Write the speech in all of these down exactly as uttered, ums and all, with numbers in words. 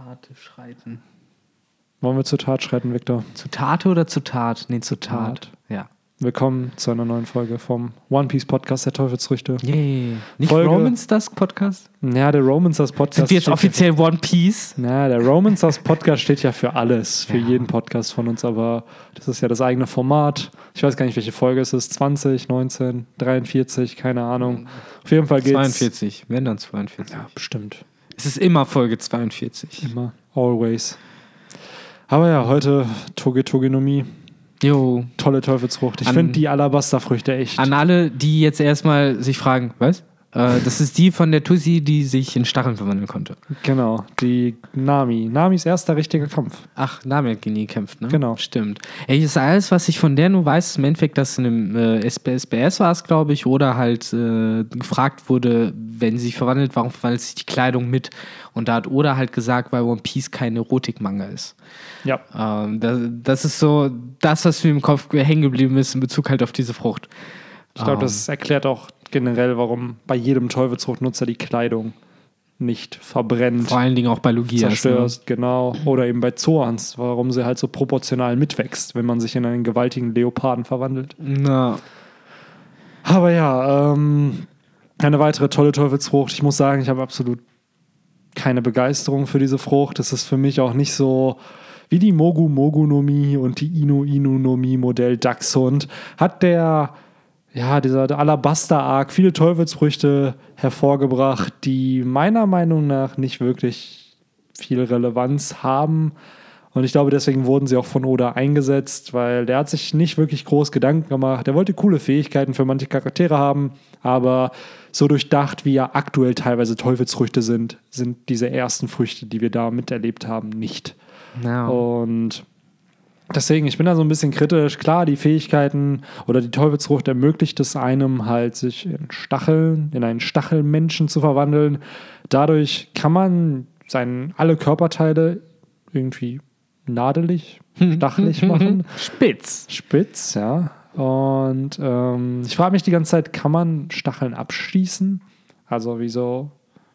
Tate schreiten. Wollen wir zur Tat schreiten, Victor? Zu Tate oder zu Tat? Nee, zu Tat. Tat. Ja. Willkommen zu einer neuen Folge vom One Piece Podcast der Teufelsfrüchte. Yay. Nicht Folge- Romans das Podcast? Ja, der Romancers Podcast. Sind wir jetzt steht offiziell One Piece? Ja, na, der Romancers Podcast steht ja für alles, für Ja. jeden Podcast von uns, aber das ist ja das eigene Format. Ich weiß gar nicht, welche Folge es ist. zwanzig, neunzehn, dreiundvierzig, keine Ahnung. Auf jeden Fall geht's. zweiundvierzig, wenn dann zweiundvierzig. Ja, bestimmt. Es ist immer Folge zweiundvierzig. Immer. Always. Aber ja, heute Toge-Togenomie. Jo. Tolle Teufelsfrucht. Ich An- finde die Alabasterfrüchte echt. An alle, die jetzt erstmal sich fragen, was? Äh, das ist die von der Tussi, die sich in Stacheln verwandeln konnte. Genau, die Nami. Namis erster richtiger Kampf. Ach, Nami hat gegen die gekämpft, ne? Genau. Stimmt. Ey, das ist alles, was ich von der nur weiß, ist im Endeffekt, dass in einem äh, S B S war es, glaube ich, oder halt äh, gefragt wurde, wenn sie sich verwandelt, warum verwandelt sich die Kleidung mit? Und da hat Oda halt gesagt, weil One Piece kein Erotik-Manga ist. Ja. Ähm, das, das ist so das, was mir im Kopf hängen geblieben ist in Bezug halt auf diese Frucht. Ich glaube, Ähm, das erklärt auch generell, warum bei jedem Teufelsfruchtnutzer die Kleidung nicht verbrennt, Vor allen Dingen auch bei Lugias. zerstört, genau. Oder eben bei Zoans, warum sie halt so proportional mitwächst, wenn man sich in einen gewaltigen Leoparden verwandelt. Ne? Na, Aber ja, ähm, eine weitere tolle Teufelsfrucht. Ich muss sagen, ich habe absolut keine Begeisterung für diese Frucht. Das ist für mich auch nicht so wie die Mogu Mogu no Mi und die Inu Inu no Mi Modell Dachshund. Hat der, ja, dieser Alabaster-Arc viele Teufelsfrüchte hervorgebracht, die meiner Meinung nach nicht wirklich viel Relevanz haben. Und ich glaube, deswegen wurden sie auch von Oda eingesetzt, weil der hat sich nicht wirklich groß Gedanken gemacht. Er wollte coole Fähigkeiten für manche Charaktere haben, aber so durchdacht, wie ja aktuell teilweise Teufelsfrüchte sind, sind diese ersten Früchte, die wir da miterlebt haben, nicht. na. Und deswegen, ich bin da so ein bisschen kritisch. Klar, die Fähigkeiten oder die Teufelsfrucht ermöglicht es einem halt, sich in Stacheln, in einen Stachelmenschen zu verwandeln. Dadurch kann man seinen, alle Körperteile irgendwie nadelig, stachelig machen. Spitz. Spitz, ja. Und ähm, ich frage mich die ganze Zeit, kann man Stacheln abschießen? Also wie so...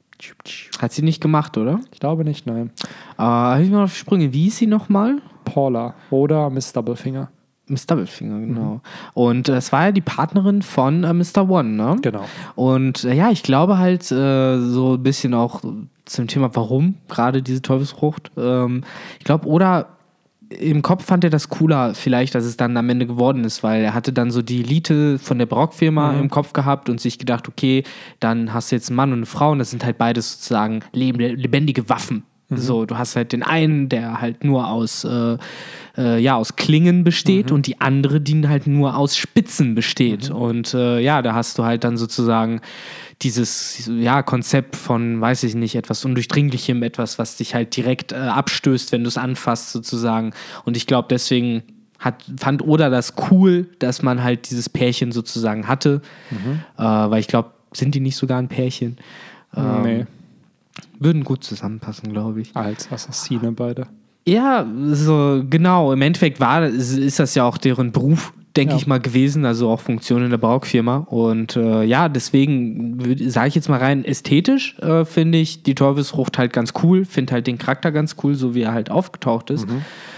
Hat sie nicht gemacht, oder? Ich glaube nicht, nein. Äh, hab ich mal auf die Sprünge. Wie ist sie nochmal? Paula oder Miss Doublefinger. Miss Doublefinger, genau. Und äh, es war ja die Partnerin von äh, Mister One, ne? Genau. Und äh, ja, ich glaube halt äh, so ein bisschen auch zum Thema, warum gerade diese Teufelsfrucht. Ähm, ich glaube, Oda im Kopf fand er das cooler vielleicht, als es dann am Ende geworden ist, weil er hatte dann so die Elite von der Barockfirma Mhm. im Kopf gehabt und sich gedacht, okay, dann hast du jetzt einen Mann und eine Frau und das sind halt beides sozusagen lebende, lebendige Waffen. So, du hast halt den einen, der halt nur aus, äh, äh, ja, aus Klingen besteht und die andere, die halt nur aus Spitzen besteht. Und äh, ja, da hast du halt dann sozusagen dieses ja, Konzept von, weiß ich nicht, etwas Undurchdringlichem, etwas, was dich halt direkt äh, abstößt, wenn du es anfasst sozusagen. Und ich glaube, deswegen hat, fand Oda das cool, dass man halt dieses Pärchen sozusagen hatte. Äh, weil ich glaube, sind die nicht sogar ein Pärchen? Ähm, Nee. Würden gut zusammenpassen, glaube ich. Als Assassine beide. Ja, so genau. Im Endeffekt war, ist das ja auch deren Beruf, denke Ja. ich mal, gewesen. Also auch Funktion in der Barockfirma. Und äh, ja, deswegen sage ich jetzt mal rein ästhetisch, äh, finde ich die Teufelsfrucht halt ganz cool. Finde halt den Charakter ganz cool, so wie er halt aufgetaucht ist.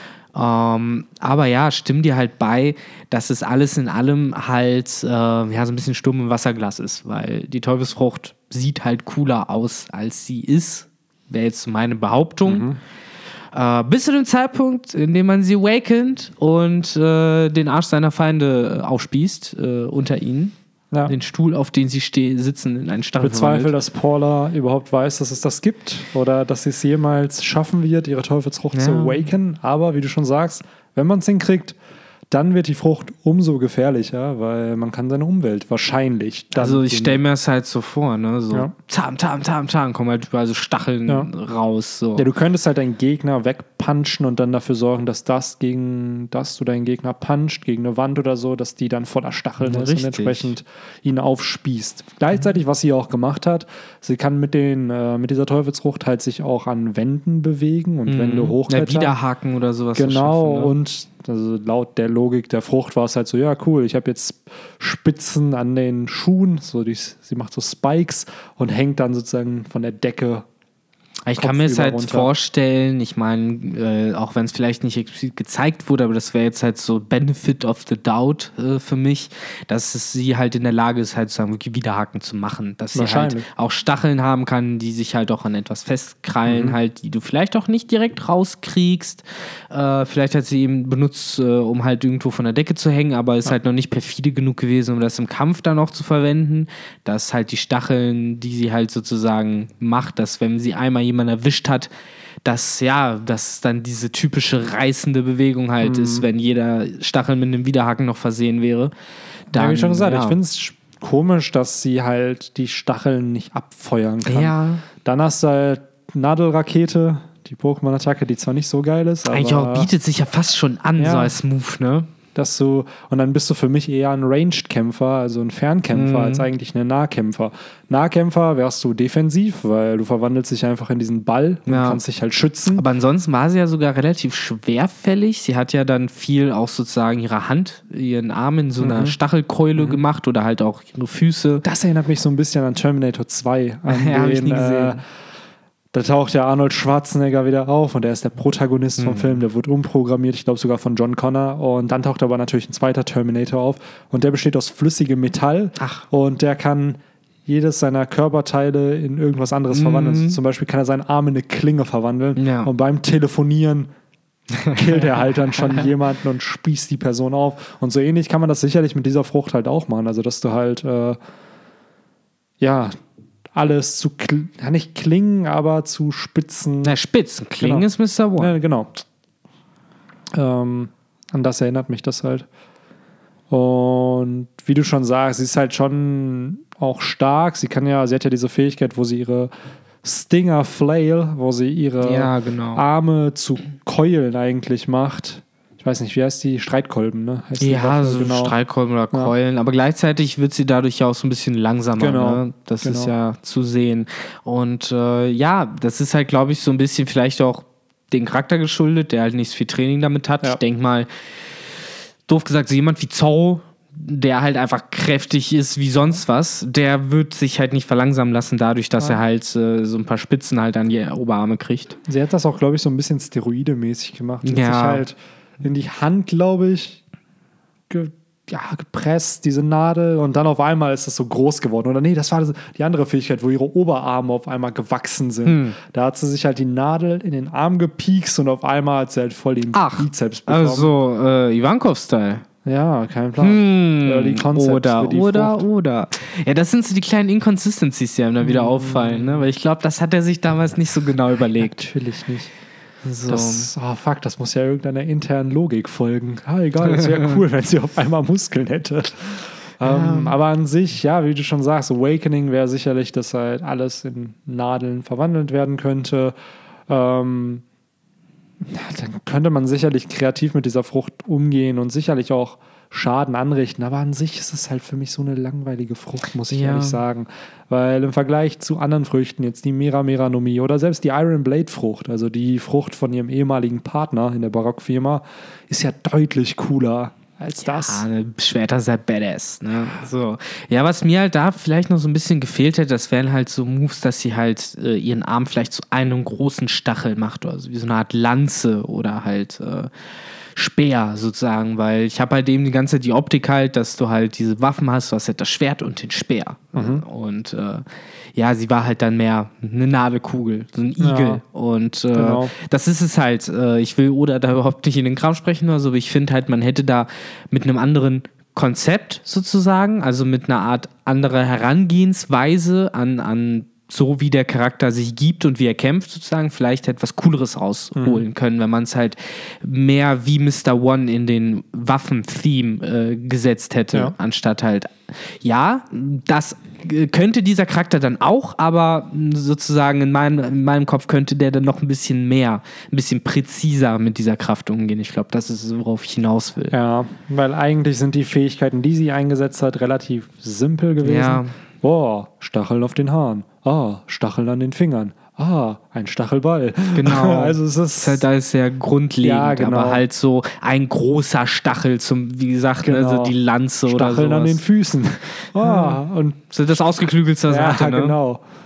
Ähm, aber ja, stimm dir halt bei, dass es alles in allem halt äh, ja, so ein bisschen Sturm im Wasserglas ist, weil die Teufelsfrucht sieht halt cooler aus, als sie ist. Wäre jetzt meine Behauptung. Äh, bis zu dem Zeitpunkt, in dem man sie awakened und äh, den Arsch seiner Feinde aufspießt äh, unter ihnen. Ja. Den Stuhl, auf den sie ste- sitzen, in einen Ich Stachel bezweifle, verwandelt. dass Paula überhaupt weiß, dass es das gibt oder dass sie es jemals schaffen wird, ihre Teufelsfrucht zu Ja. awaken. Aber wie du schon sagst, wenn man es hinkriegt, dann wird die Frucht umso gefährlicher, weil man kann seine Umwelt wahrscheinlich dann... Also ich stelle mir das halt so vor, ne? So Ja. tam, tam, tam, tam, kommen halt überall so Stacheln Ja. raus. So. Ja, du könntest halt deinen Gegner wegpunchen und dann dafür sorgen, dass das gegen das du deinen Gegner puncht, gegen eine Wand oder so, dass die dann voller Stacheln Ja, ist und richtig. entsprechend ihn aufspießt. Gleichzeitig, was sie auch gemacht hat, sie kann mit, den, äh, mit dieser Teufelsfrucht halt sich auch an Wänden bewegen und Wände Ja, hochklettern. Widerhaken oder sowas. Genau, schaffen, ne? und also laut der Logik der Frucht war es halt so, ja cool, ich habe jetzt Spitzen an den Schuhen, so die, sie macht so Spikes und hängt dann sozusagen von der Decke Ich kann mir es halt runter. vorstellen, ich meine, äh, auch wenn es vielleicht nicht explizit gezeigt wurde, aber das wäre jetzt halt so Benefit of the Doubt äh, für mich, dass es sie halt in der Lage ist, halt sozusagen wirklich Widerhaken zu machen. Dass sie halt auch Stacheln haben kann, die sich halt auch an etwas festkrallen, mhm. halt, die du vielleicht auch nicht direkt rauskriegst. Äh, vielleicht hat sie eben benutzt, äh, um halt irgendwo von der Decke zu hängen, aber ist ja. halt noch nicht perfide genug gewesen, um das im Kampf dann auch zu verwenden. Dass halt die Stacheln, die sie halt sozusagen macht, dass wenn sie einmal jemanden erwischt hat, dass ja, dass dann diese typische reißende Bewegung halt mhm. ist, wenn jeder Stachel mit einem Widerhaken noch versehen wäre. Dann, ja, wie schon gesagt, ja. ich finde es komisch, dass sie halt die Stacheln nicht abfeuern kann. Ja. Dann hast du halt Nadelrakete, die Pokémon-Attacke, die zwar nicht so geil ist, aber... Eigentlich auch bietet sich ja fast schon an, ja. so als Move, ne? Dass du, und dann bist du für mich eher ein Ranged-Kämpfer, also ein Fernkämpfer, mhm. als eigentlich ein Nahkämpfer. Nahkämpfer wärst du defensiv, weil du verwandelst dich einfach in diesen Ball und ja. kannst dich halt schützen. Aber ansonsten war sie ja sogar relativ schwerfällig. Sie hat ja dann viel auch sozusagen ihre Hand, ihren Arm in so einer mhm. Stachelkeule mhm. gemacht oder halt auch ihre Füße. Das erinnert mich so ein bisschen an Terminator zwei. An ja, habe ich nie gesehen. Äh, Da taucht ja Arnold Schwarzenegger wieder auf und er ist der Protagonist mhm. vom Film, der wird umprogrammiert, ich glaube sogar von John Connor, und dann taucht aber natürlich ein zweiter Terminator auf und der besteht aus flüssigem Metall. Ach. Und der kann jedes seiner Körperteile in irgendwas anderes mhm. verwandeln. Zum Beispiel kann er seinen Arm in eine Klinge verwandeln ja. und beim Telefonieren killt er halt dann schon jemanden und spießt die Person auf. Und so ähnlich kann man das sicherlich mit dieser Frucht halt auch machen, also dass du halt äh, ja alles zu, kl- ja nicht klingen, aber zu spitzen. Na, spitzen. Klingen genau. ist Mister One. Ja, genau. Ähm, an das erinnert mich das halt. Und wie du schon sagst, sie ist halt schon auch stark. Sie kann ja, sie hat ja diese Fähigkeit, wo sie ihre Stinger Flail, wo sie ihre ja, genau. Arme zu Keulen eigentlich macht. Ich weiß nicht, wie heißt die? Streitkolben, ne? Heißt ja, Waffe, so genau. Streitkolben oder Keulen. Ja. Aber gleichzeitig wird sie dadurch ja auch so ein bisschen langsamer. Genau. Ne? Das genau. ist ja zu sehen. Und äh, ja, das ist halt, glaube ich, so ein bisschen vielleicht auch den Charakter geschuldet, der halt nicht so viel Training damit hat. Ja. Ich denke mal, doof gesagt, so jemand wie Zorro, der halt einfach kräftig ist wie sonst was, der wird sich halt nicht verlangsamen lassen dadurch, dass ja. er halt äh, so ein paar Spitzen halt an die Oberarme kriegt. Sie hat das auch, glaube ich, so ein bisschen steroidemäßig gemacht. Sie ja. hat sich halt in die Hand, glaube ich, ge- ja, gepresst, diese Nadel, und dann auf einmal ist das so groß geworden. Oder nee, das war die andere Fähigkeit, wo ihre Oberarme auf einmal gewachsen sind. Hm. Da hat sie sich halt die Nadel in den Arm gepiekst und auf einmal hat sie halt voll den Ach, Bizeps bekommen. Also äh, Ivankov-Style. Ja, kein Plan. Hm, Early Concepts oder, für die oder, Frucht. oder. Ja, das sind so die kleinen Inconsistencies, die einem da wieder hm. auffallen. Ne? Weil ich glaube, das hat er sich damals nicht so genau überlegt. Natürlich nicht. So. Das, oh fuck, das muss ja irgendeiner internen Logik folgen. Ah, egal, das wäre cool, wenn sie auf einmal Muskeln hätte. Ja. Ähm, aber an sich, ja, wie du schon sagst, Awakening wäre sicherlich, dass halt alles in Nadeln verwandelt werden könnte. Ähm, dann könnte man sicherlich kreativ mit dieser Frucht umgehen und sicherlich auch Schaden anrichten. Aber an sich ist es halt für mich so eine langweilige Frucht, muss ich ja. ehrlich sagen. Weil im Vergleich zu anderen Früchten, jetzt die Mera Mera no Mi oder selbst die Iron Blade Frucht, also die Frucht von ihrem ehemaligen Partner in der Barock-Firma, ist ja deutlich cooler als ja, das. Schwerter ist halt badass. Ne? So. Ja, was mir halt da vielleicht noch so ein bisschen gefehlt hätte, das wären halt so Moves, dass sie halt äh, ihren Arm vielleicht zu einem großen Stachel macht, also wie so eine Art Lanze oder halt äh, Speer sozusagen, weil ich habe halt eben die ganze Zeit die Optik halt, dass du halt diese Waffen hast, du hast halt das Schwert und den Speer. Mhm. Und äh, ja, sie war halt dann mehr eine Nadelkugel, so ein Igel. Ja, und äh, genau. das ist es halt. Äh, ich will Oda da überhaupt nicht in den Kram sprechen oder so, aber ich finde halt, man hätte da mit einem anderen Konzept sozusagen, also mit einer Art anderer Herangehensweise an, an so wie der Charakter sich gibt und wie er kämpft, sozusagen, vielleicht etwas Cooleres rausholen mhm. können, wenn man es halt mehr wie Mister One in den Waffen-Theme äh, gesetzt hätte, ja. anstatt halt, ja, das könnte dieser Charakter dann auch, aber sozusagen in meinem, in meinem Kopf könnte der dann noch ein bisschen mehr, ein bisschen präziser mit dieser Kraft umgehen. Ich glaube, das ist, worauf ich hinaus will. Ja, weil eigentlich sind die Fähigkeiten, die sie eingesetzt hat, relativ simpel gewesen. Ja. Boah, Stacheln auf den Haaren. Ah, Stacheln an den Fingern. Ah, ein Stachelball. Genau. Also es ist, das ist halt alles sehr grundlegend, ja, genau. aber halt so ein großer Stachel zum, wie gesagt, genau. ne, so die Lanze Stacheln oder so. an den Füßen. Ah, ja. und so das ausgeklügelste ja, Seite, ne? genau.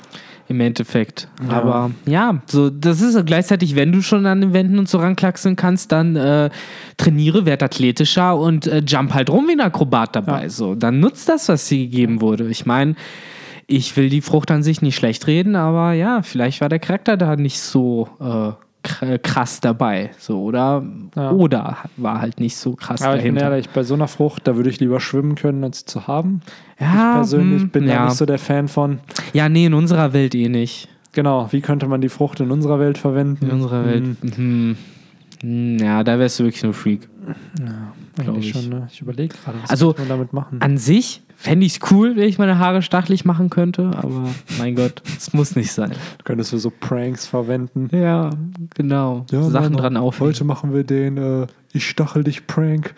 Im Endeffekt. Ja. Aber ja, so, das ist so gleichzeitig, wenn du schon an den Wänden und so ranklackseln kannst, dann äh, trainiere, werd athletischer und äh, jump halt rum wie ein Akrobat dabei. Ja. So, dann nutzt das, was dir gegeben wurde. Ich meine, ich will die Frucht an sich nicht schlecht reden, aber ja, vielleicht war der Charakter da nicht so äh, krass dabei. So, oder, Ja. oder war halt nicht so krass Aber ich bin dahinter. ehrlich, bei so einer Frucht, da würde ich lieber schwimmen können, als sie zu haben. Ja, Ich persönlich hm, bin da ja. nicht so der Fan von. Ja, nee, in unserer Welt eh nicht. Genau, wie könnte man die Frucht in unserer Welt verwenden? In unserer Welt. Hm, Hm. Hm, ja, da wärst du wirklich nur Freak. glaub eigentlich ich. schon, ne? Ich überlege gerade, was Also, kann man damit machen. An sich fände ich es cool, wenn ich meine Haare stachelig machen könnte, aber mein Gott, es muss nicht sein. Du könntest du so Pranks verwenden. Ja, genau. Ja, Sachen Mann, dran aufhängen. Heute machen wir den äh, Ich stachel dich Prank.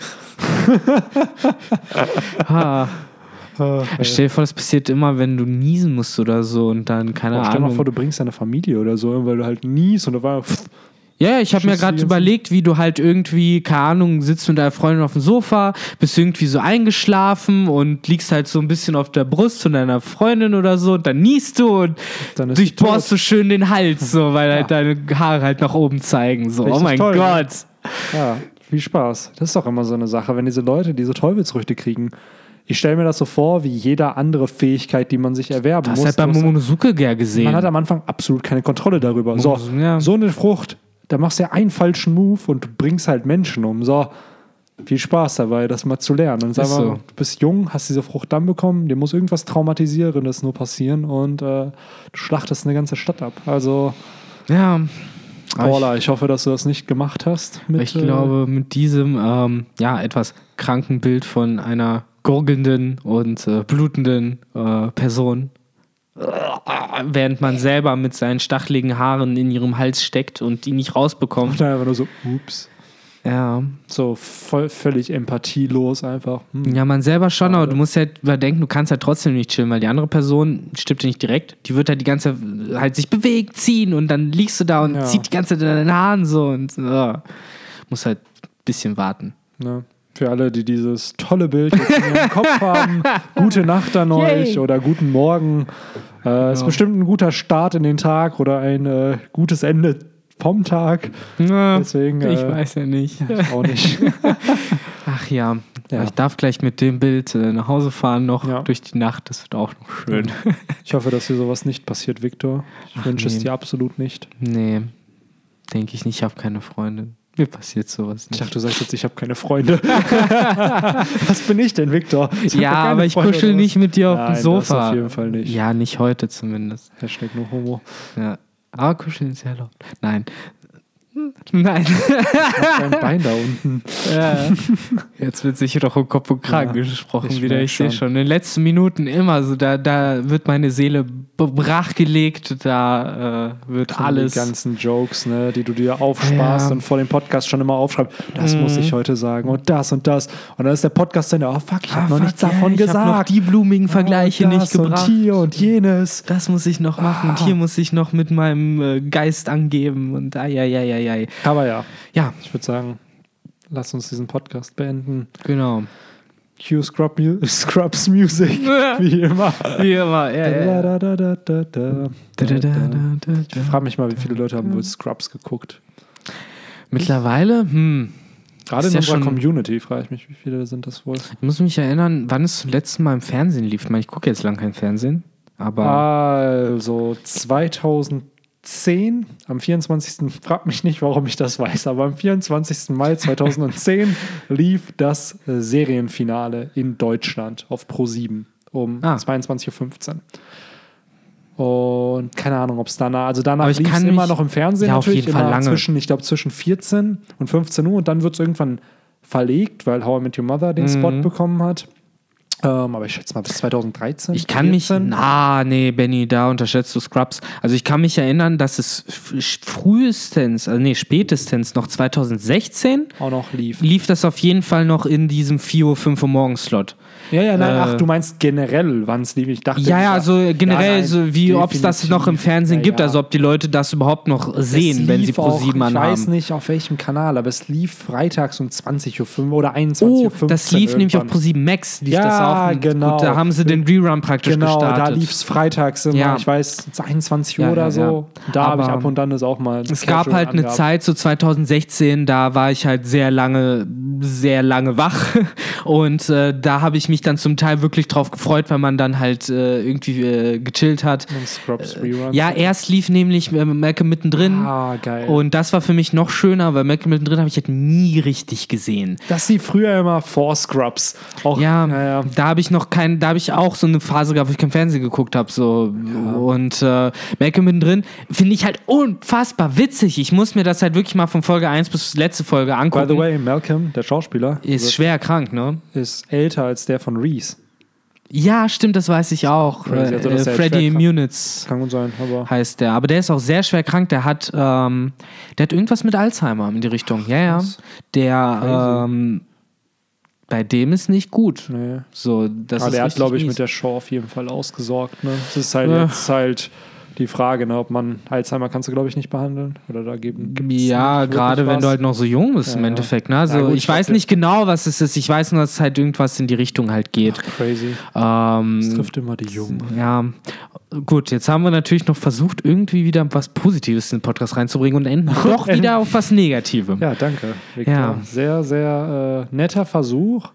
Ha. Äh, Stell dir vor, das passiert immer, wenn du niesen musst oder so und dann, keine oh, stell dir mal Ahnung. vor, du bringst deine Familie oder so, weil du halt niest und auf einmal pff, Ja, ja, ich habe mir Schießt die gerade ganzen- überlegt, wie du halt irgendwie, keine Ahnung, sitzt mit deiner Freundin auf dem Sofa, bist irgendwie so eingeschlafen und liegst halt so ein bisschen auf der Brust von deiner Freundin oder so und dann niest du und dann ist die durchbohrst tot. du schön den Hals, so, weil halt Ja. deine Haare halt nach oben zeigen. So, oh Richtig mein toll, ne? Gott. Ja, viel Spaß. Das ist doch immer so eine Sache, wenn diese Leute diese Teufelsfrüchte kriegen. Ich stelle mir das so vor, wie jede andere Fähigkeit, die man sich erwerben Du hast muss. halt bei Du musst- Momonosuke ja gesehen. Man hat am Anfang absolut keine Kontrolle darüber. So, Ja. so eine Frucht, da machst du ja einen falschen Move und du bringst halt Menschen um. So, viel Spaß dabei, das mal zu lernen. Und sag Ist mal, so. du bist jung, hast diese Frucht dann bekommen, dir muss irgendwas Traumatisierendes nur passieren und äh, du schlachtest eine ganze Stadt ab. Also, ja. Aber Paula, ich hoffe, dass du das nicht gemacht hast. Mit, Ich glaube, mit diesem ähm, ja, etwas kranken Bild von einer gurgelnden und äh, blutenden äh, Person, äh, während man selber mit seinen stacheligen Haaren in ihrem Hals steckt und die nicht Äh, rausbekommt. und dann einfach nur so, ups. Ja. So voll, völlig empathielos einfach. Hm. Ja, man selber schon, Schade. aber du musst halt überdenken, du kannst halt trotzdem nicht chillen, weil die andere Person stirbt ja nicht direkt. Die wird halt die ganze Zeit halt sich bewegt, ziehen und dann liegst du da und Ja. zieht die ganze Zeit in deinen Haaren so und äh, musst halt ein bisschen warten. Ne? Für alle, die dieses tolle Bild jetzt in ihrem Kopf haben, gute Nacht an euch Yay. oder guten Morgen. Äh, Ist Ja. bestimmt ein guter Start in den Tag oder ein äh, gutes Ende vom Tag. Ja, Deswegen, ich äh, weiß ja nicht. Auch nicht. Ach ja. Ja. Ich darf gleich mit dem Bild äh, nach Hause fahren, noch Ja. durch die Nacht. Das wird auch noch schön. Ich hoffe, dass dir sowas nicht passiert, Viktor. Ich Ach, wünsche es nee. dir absolut nicht. Nee, denke ich nicht. Ich habe keine Freundin. Mir passiert sowas Ich nicht. dachte, du sagst jetzt, ich habe keine Freunde. Was bin ich denn, Viktor? Ich hab Ja, doch keine aber ich Freunde kuschel oder was? nicht mit dir auf Nein, dem das Sofa. auf jeden Fall nicht. Ja, nicht heute zumindest. Hashtag no homo. Ja. Aber kuscheln ist ja erlaubt. Nein. Nein. Dein Bein da unten. Ja. Jetzt wird sich doch um Kopf und Kragen Ja, gesprochen ich wieder. merk Ich sehe schon. schon. In den letzten Minuten immer so, da, da wird meine Seele b- brachgelegt, da äh, wird alles. Die ganzen Jokes, ne, die du dir aufsparst Ja. und vor dem Podcast schon immer aufschreibst. Das Mhm. muss ich heute sagen und das und das. Und dann ist der Podcast dann, oh fuck, ich Ah, habe noch fuck, nichts ja, davon ich hab gesagt. noch die blumigen Vergleiche oh, nicht das gebracht. Und hier und jenes. Das muss ich noch machen und Ah. hier muss ich noch mit meinem äh, Geist angeben und ai, ai, ai, ai, ai. Aber ja, Ja, ich würde sagen, lass uns diesen Podcast beenden. genau. Cue Scrub Mu Scrubs Music, wie immer. Wie immer, ja, ja. Da, da, da, da, da, Da, da, da, da, da, Ich da. frage mich mal, wie viele Leute haben wohl Scrubs geguckt. Mittlerweile, hm, Gerade Ist in ja unserer schon- Community frage ich mich, wie viele sind das wohl? ich muss mich erinnern, wann es zum letzten Mal im Fernsehen lief. Ich meine, ich gucke jetzt lang kein Fernsehen, aber Also zweitausendzehn, am vierundzwanzigsten frag mich nicht, warum ich das weiß, aber am vierundzwanzigsten Mai zweitausendzehn lief das äh, Serienfinale in Deutschland auf ProSieben um Ah. zweiundzwanzig Uhr fünfzehn. Und keine Ahnung, ob es danach, also danach Aber ich lief es kann immer mich- noch im Fernsehen Ja, auf natürlich, jeden Fall immer lange. zwischen, ich glaube zwischen vierzehn und fünfzehn Uhr und dann wird es irgendwann verlegt, weil How I Met Your Mother den Mhm. Spot bekommen hat. Ähm, aber ich schätze mal bis zweitausenddreizehn. ich kann mich, vierzehn. na, nee, Benny, da unterschätzt du Scrubs. Also ich kann mich erinnern, dass es f- frühestens, also nee, spätestens noch zweitausendsechzehn auch noch lief. lief das auf jeden Fall noch in diesem vier Uhr, fünf Uhr morgens Slot. Ja, ja, nein, Äh, ach, du meinst generell, wann es lief. Ich dachte, Ja, ja, ich- also generell, Ja, nein, so wie ob es das definitiv. noch im Fernsehen Ja, gibt, ja. also ob die Leute das überhaupt noch Es sehen, wenn sie lief pro auch, sieben Ich weiß anhaben. nicht, auf welchem Kanal, aber es lief freitags um zwanzig Uhr fünf oder einundzwanzig Oh, Uhr fünfzehn. das lief nämlich auf irgendwann. ProSieben Max, lief Ja, das auch ein, genau. Gut, da haben sie den Rerun praktisch genau, gestartet. Genau, da lief es freitags immer, Ja. ich weiß, einundzwanzig Uhr Ja, oder ja, so. ja. Da habe ich Aber ab und dann das auch mal. Es gab halt eine Zeit, so zwanzig sechzehn, da war ich halt sehr lange, sehr lange wach und äh, da habe ich mich dann zum Teil wirklich drauf gefreut, weil man dann halt äh, irgendwie äh, gechillt hat. Und Scrubs Rerun. Ja, erst lief nämlich äh, Malcolm mittendrin. Ah, geil. Und das war für mich noch schöner, weil Malcolm mittendrin habe ich halt nie richtig gesehen. Das lief früher immer vor Scrubs. Auch, Ja, ja, ja. da habe ich noch kein, da habe ich auch so eine Phase gehabt, wo ich kein Fernsehen geguckt habe. So. Ja. Und äh, Malcolm mittendrin finde ich halt unfassbar witzig. Ich muss mir das halt wirklich mal von Folge eins bis letzte Folge angucken. By the way, Malcolm, der Schauspieler, Ist schwer krank, ne? ist älter als der von Reese. Ja, stimmt, das weiß ich auch. Crazy. Also, Äh, das ist ja Freddie schwer krank. Muniz Kann gut sein, aber. heißt der. Aber der ist auch sehr schwer krank. Der hat, ähm, der hat irgendwas mit Alzheimer in die Richtung. Ja, ja. Krass. Der, ähm, bei dem ist nicht gut. Nee. So, das Aber ist der hat, richtig glaube ich, mies. mit der Show auf jeden Fall ausgesorgt. Ne? Das ist halt Ja. jetzt halt die Frage, ne, ob man Alzheimer kannst du, glaube ich, nicht behandeln. Oder da geben gibt's Ja, nicht gerade wirklich wenn du was. halt noch so jung bist Ja, im ja. Endeffekt. Ne? Also Ja, gut, ich ich weiß glaub, nicht genau, was es ist. Ich weiß nur, dass es halt irgendwas in die Richtung halt geht. Ach, crazy. Ähm, Das trifft immer die Jungen. Ja, gut, jetzt haben wir natürlich noch versucht, irgendwie wieder was Positives in den Podcast reinzubringen und enden doch wieder auf was Negatives. Ja, danke, Victor. Ja. Sehr, sehr äh, netter Versuch.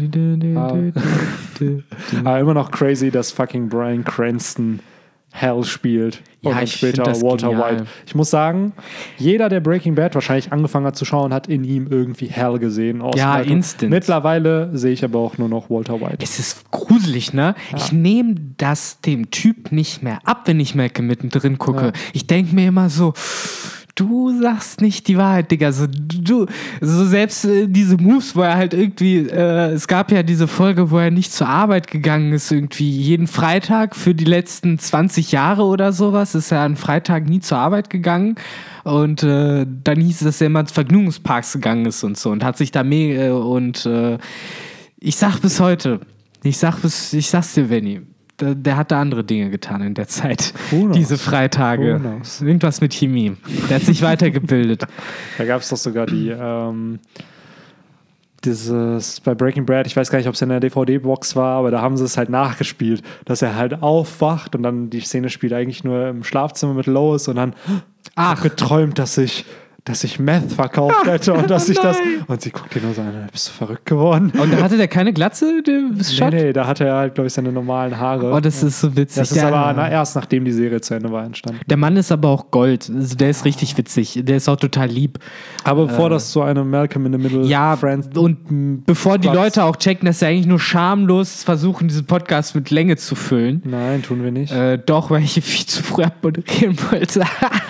Aber immer noch crazy, dass fucking Bryan Cranston Hal spielt. Ja, und dann ich später find das Walter genial. White. Ich muss sagen, jeder, der Breaking Bad wahrscheinlich angefangen hat zu schauen, hat in ihm irgendwie Hal gesehen. Aus Ja, Malcolm. instant. Mittlerweile sehe ich aber auch nur noch Walter White. Es ist gruselig, ne? Ich nehme das dem Typ nicht mehr ab, wenn ich Malcolm mittendrin gucke. Ja. Ich denke mir immer so, du sagst nicht die Wahrheit, Digga. So, du, so selbst äh, diese Moves, wo er halt irgendwie, äh, es gab ja diese Folge, wo er nicht zur Arbeit gegangen ist, irgendwie jeden Freitag für die letzten zwanzig Jahre oder sowas, ist er an Freitag nie zur Arbeit gegangen. Und äh, dann hieß es, dass er immer ins Vergnügungsparks gegangen ist und so und hat sich da mega und äh, ich sag bis heute, ich sag bis, ich sag's dir, Benny, der, der hat da andere Dinge getan in der Zeit. Who knows? Diese Freitage. Who knows? Irgendwas mit Chemie. Der hat sich weitergebildet. Da gab es doch sogar die, ähm, dieses, bei Breaking Bad, ich weiß gar nicht, ob es in der D V D-Box war, aber da haben sie es halt nachgespielt, dass er halt aufwacht und dann die Szene spielt eigentlich nur im Schlafzimmer mit Lois und dann Ach. geträumt, dass ich, dass ich Meth verkauft hätte und dass ich das, und sie guckt ihn nur so an, bist du verrückt geworden? Und da hatte der keine Glatze, der Nee, Shot? nee, da hatte er halt, glaube ich, seine normalen Haare. Oh, das ist so witzig. das ist der, aber na, erst nachdem die Serie zu Ende war entstanden. der Mann ist aber auch Gold. Also der ist richtig witzig. Der ist auch total lieb. Aber bevor das zu einem Malcolm in the Middle Ja, Friends und bevor die Platz- Leute auch checken, dass sie eigentlich nur schamlos versuchen, diesen Podcast mit Länge zu füllen. Nein, tun wir nicht. Äh, doch, weil ich viel zu früh abmoderieren wollte.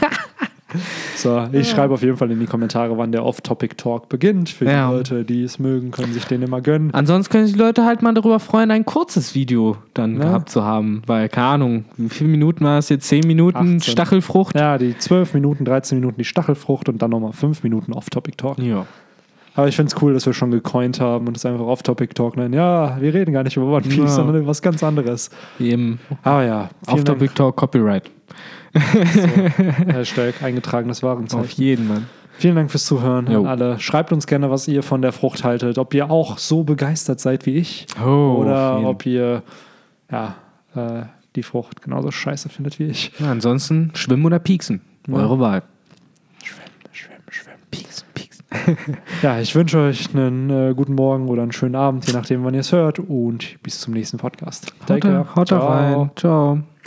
So, ich schreibe auf jeden Fall in die Kommentare, wann der Off-Topic-Talk beginnt. Für Ja. die Leute, die es mögen, können sich den immer gönnen. Ansonsten können sich die Leute halt mal darüber freuen, ein kurzes Video dann Ja. gehabt zu haben. Weil, keine Ahnung, wie viele Minuten war es jetzt? Zehn Minuten achtzehn. Stachelfrucht? Ja, die zwölf Minuten, dreizehn Minuten die Stachelfrucht und dann nochmal fünf Minuten Off-Topic-Talk. Ja. Aber ich finde es cool, dass wir schon gecoint haben und es einfach Off-Topic-Talk nennen. Ja, wir reden gar nicht über One Piece, Ja. sondern über was ganz anderes. Eben. Aber ja, Auf vielen Dank. Topic Talk Copyright. So, Hashtag eingetragenes Warenzeichen. Auf jeden, Mann. Vielen Dank fürs Zuhören Jo. an alle. Schreibt uns gerne, was ihr von der Frucht haltet. Ob ihr auch so begeistert seid wie ich. Oh, oder auf jeden. ob ihr ja, äh, die Frucht genauso scheiße findet wie ich. Ja, ansonsten schwimmen oder pieksen. Ja. Eure Wahl. Schwimmen, schwimmen, schwimmen. Pieksen, pieksen. Ja, ich wünsche euch einen äh, guten Morgen oder einen schönen Abend, je nachdem, wann ihr es hört. Und bis zum nächsten Podcast. Haut, da- haut da rein. Ciao.